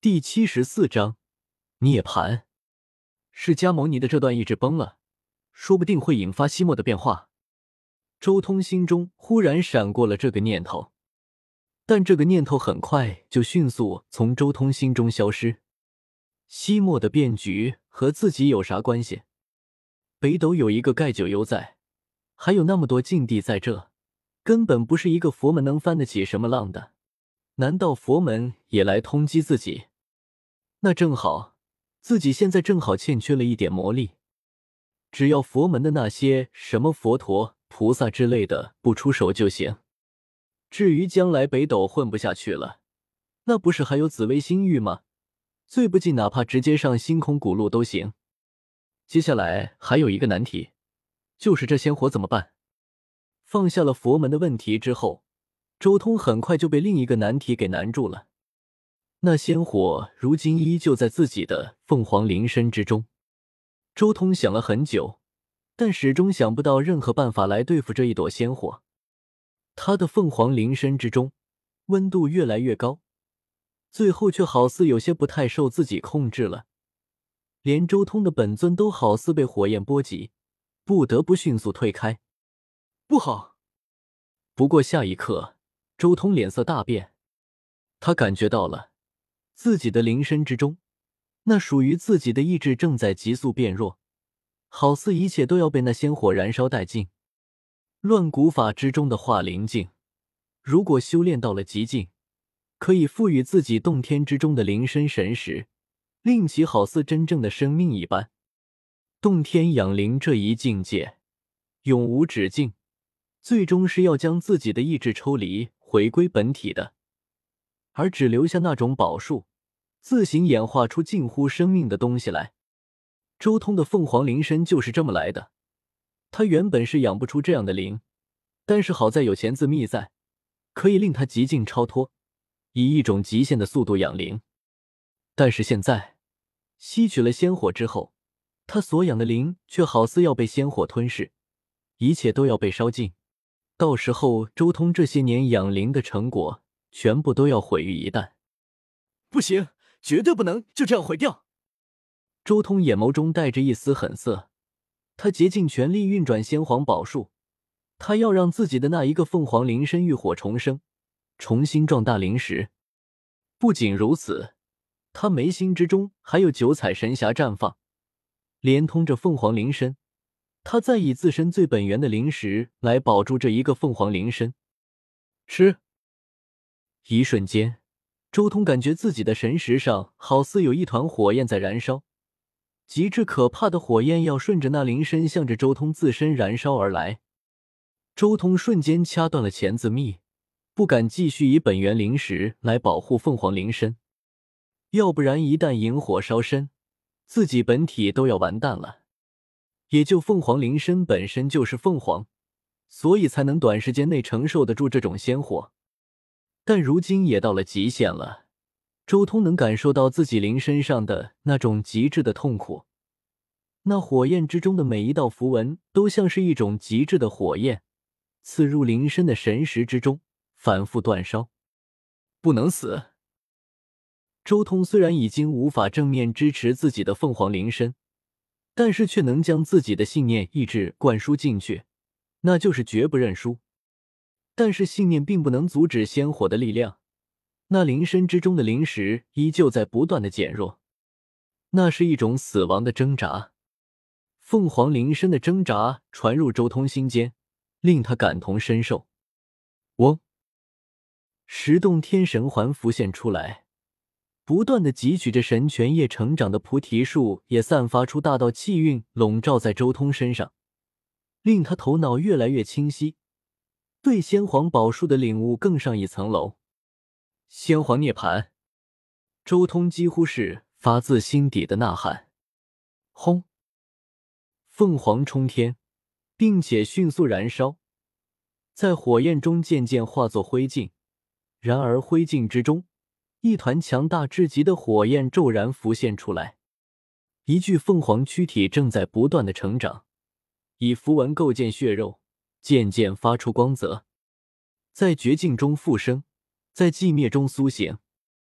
第74章涅槃。是加蒙尼的这段意志崩了，说不定会引发西莫的变化。周通心中忽然闪过了这个念头，但这个念头很快就迅速从周通心中消失。西莫的变局和自己有啥关系？北斗有一个盖九幽在，还有那么多禁地在这，根本不是一个佛门能翻得起什么浪的。难道佛门也来通缉自己？那正好，自己现在正好欠缺了一点魔力。只要佛门的那些什么佛陀、菩萨之类的不出手就行。至于将来北斗混不下去了，那不是还有紫薇星域吗？最不济哪怕直接上星空古路都行。接下来还有一个难题，就是这仙火怎么办？放下了佛门的问题之后，周通很快就被另一个难题给难住了。那仙火如今依旧在自己的凤凰灵身之中。周通想了很久，但始终想不到任何办法来对付这一朵仙火。他的凤凰灵身之中温度越来越高，最后却好似有些不太受自己控制了，连周通的本尊都好似被火焰波及，不得不迅速退开。不好！不过下一刻，周通脸色大变，他感觉到了自己的灵身之中，那属于自己的意志正在急速变弱，好似一切都要被那仙火燃烧殆尽。乱古法之中的化灵境，如果修炼到了极境，可以赋予自己洞天之中的灵身神识，令其好似真正的生命一般。洞天养灵这一境界永无止境，最终是要将自己的意志抽离，回归本体的，而只留下那种宝术，自行演化出近乎生命的东西来。周通的凤凰灵身就是这么来的。他原本是养不出这样的灵，但是好在有钱自秘在，可以令他极尽超脱，以一种极限的速度养灵。但是现在吸取了仙火之后，他所养的灵却好似要被仙火吞噬，一切都要被烧尽。到时候周通这些年养灵的成果全部都要毁于一旦。不行，绝对不能就这样毁掉！周通眼眸中带着一丝狠色，他竭尽全力运转仙皇宝术，他要让自己的那一个凤凰灵身浴火重生，重新壮大灵石。不仅如此，他眉心之中还有九彩神霞绽放，连通着凤凰灵身，他再以自身最本源的灵石来保住这一个凤凰灵身。吃！一瞬间，周通感觉自己的神识上好似有一团火焰在燃烧，极致可怕的火焰要顺着那灵身向着周通自身燃烧而来。周通瞬间掐断了钳子密，不敢继续以本源灵石来保护凤凰灵身，要不然一旦引火烧身，自己本体都要完蛋了。也就凤凰灵身本身就是凤凰，所以才能短时间内承受得住这种仙火。但如今也到了极限了，周通能感受到自己灵身上的那种极致的痛苦，那火焰之中的每一道符文都像是一种极致的火焰，刺入灵身的神识之中，反复煅烧。不能死！周通虽然已经无法正面支持自己的凤凰灵身，但是却能将自己的信念意志灌输进去，那就是绝不认输。但是信念并不能阻止仙火的力量，那灵身之中的灵石依旧在不断的减弱，那是一种死亡的挣扎。凤凰灵身的挣扎传入周通心间，令他感同身受。嗡！十洞天神环浮现出来，不断的汲取着神泉液成长的菩提树也散发出大道气韵，笼罩在周通身上，令他头脑越来越清晰，对仙皇宝术的领悟更上一层楼。仙皇涅槃！周通几乎是发自心底的呐喊。轰！凤凰冲天，并且迅速燃烧，在火焰中渐渐化作灰烬。然而灰烬之中，一团强大至极的火焰骤然浮现出来，一具凤凰躯体正在不断的成长，以符文构建血肉，渐渐发出光泽，在绝境中复生，在寂灭中苏醒。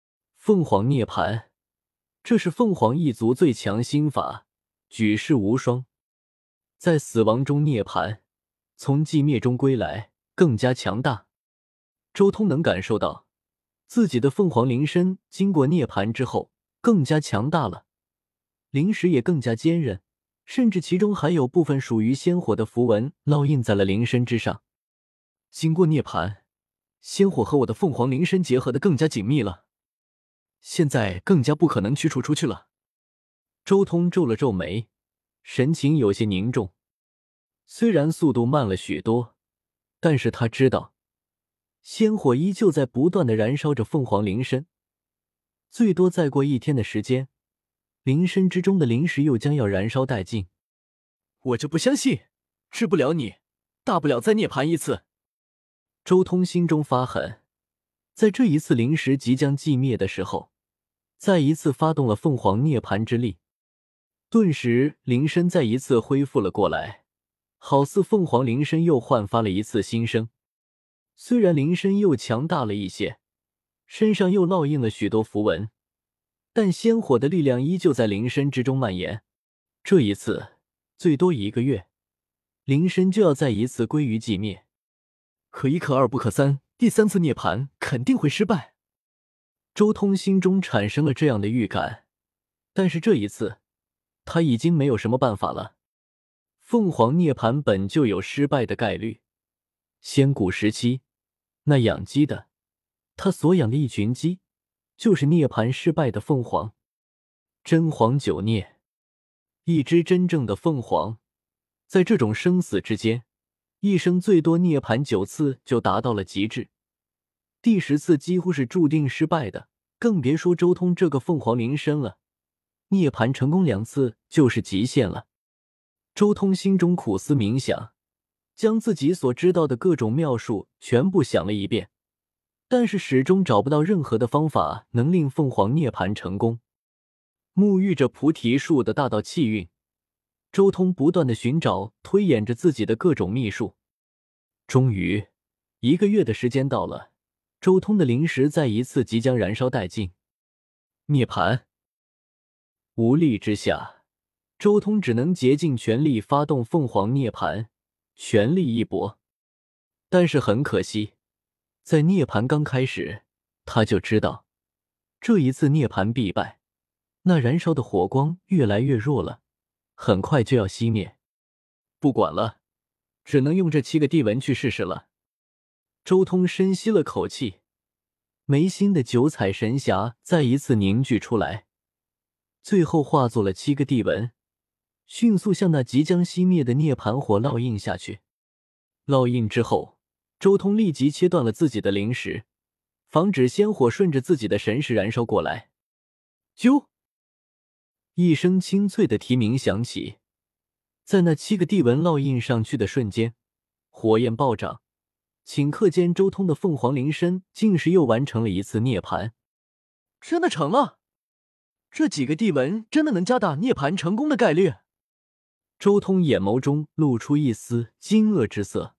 凤凰涅槃，这是凤凰一族最强心法，举世无双。在死亡中涅槃，从寂灭中归来，更加强大。周通能感受到自己的凤凰灵身经过涅槃之后更加强大了，灵石也更加坚韧，甚至其中还有部分属于仙火的符文烙印在了灵身之上。经过涅槃，仙火和我的凤凰灵身结合得更加紧密了，现在更加不可能驱除出去了。周通皱了皱眉，神情有些凝重。虽然速度慢了许多，但是他知道仙火依旧在不断地燃烧着凤凰灵身，最多再过1天的时间，灵身之中的灵石又将要燃烧殆尽。我就不相信治不了你，大不了再涅槃一次。周通心中发狠，在这一次灵石即将寂灭的时候，再一次发动了凤凰涅槃之力，顿时灵身再一次恢复了过来，好似凤凰灵身又焕发了一次新生。虽然灵身又强大了一些，身上又烙印了许多符文，但仙火的力量依旧在灵身之中蔓延。这一次最多1个月，灵身就要再一次归于寂灭。可一可二不可三，第3次涅槃肯定会失败。周通心中产生了这样的预感，但是这一次他已经没有什么办法了。凤凰涅槃本就有失败的概率，仙古时期那养鸡的，他所养的一群鸡就是涅槃失败的凤凰。真皇9涅，一只真正的凤凰在这种生死之间，一生最多涅槃9次就达到了极致，第10次几乎是注定失败的，更别说周通这个凤凰灵身了，涅槃成功2次就是极限了。周通心中苦思冥想，将自己所知道的各种妙术全部想了一遍，但是始终找不到任何的方法能令凤凰涅槃成功。沐浴着菩提树的大道气运，周通不断的寻找推演着自己的各种秘术。终于1个月的时间到了，周通的灵石再一次即将燃烧殆尽。涅槃。无力之下，周通只能竭尽全力发动凤凰涅槃，全力一搏。但是很可惜，在涅槃刚开始，他就知道这一次涅槃必败，那燃烧的火光越来越弱了，很快就要熄灭。不管了，只能用这7个地文去试试了。周通深吸了口气，眉心的9彩神霞再一次凝聚出来，最后化作了7个地文，迅速向那即将熄灭的涅槃火烙印下去。烙印之后，周通立即切断了自己的灵石，防止仙火顺着自己的神识燃烧过来。啾！一声清脆的啼鸣响起，在那7个地文烙印上去的瞬间，火焰暴涨，顷刻间周通的凤凰灵身竟是又完成了一次涅槃。真的成了！这几个地文真的能加大涅槃成功的概率？周通眼眸中露出一丝惊愕之色。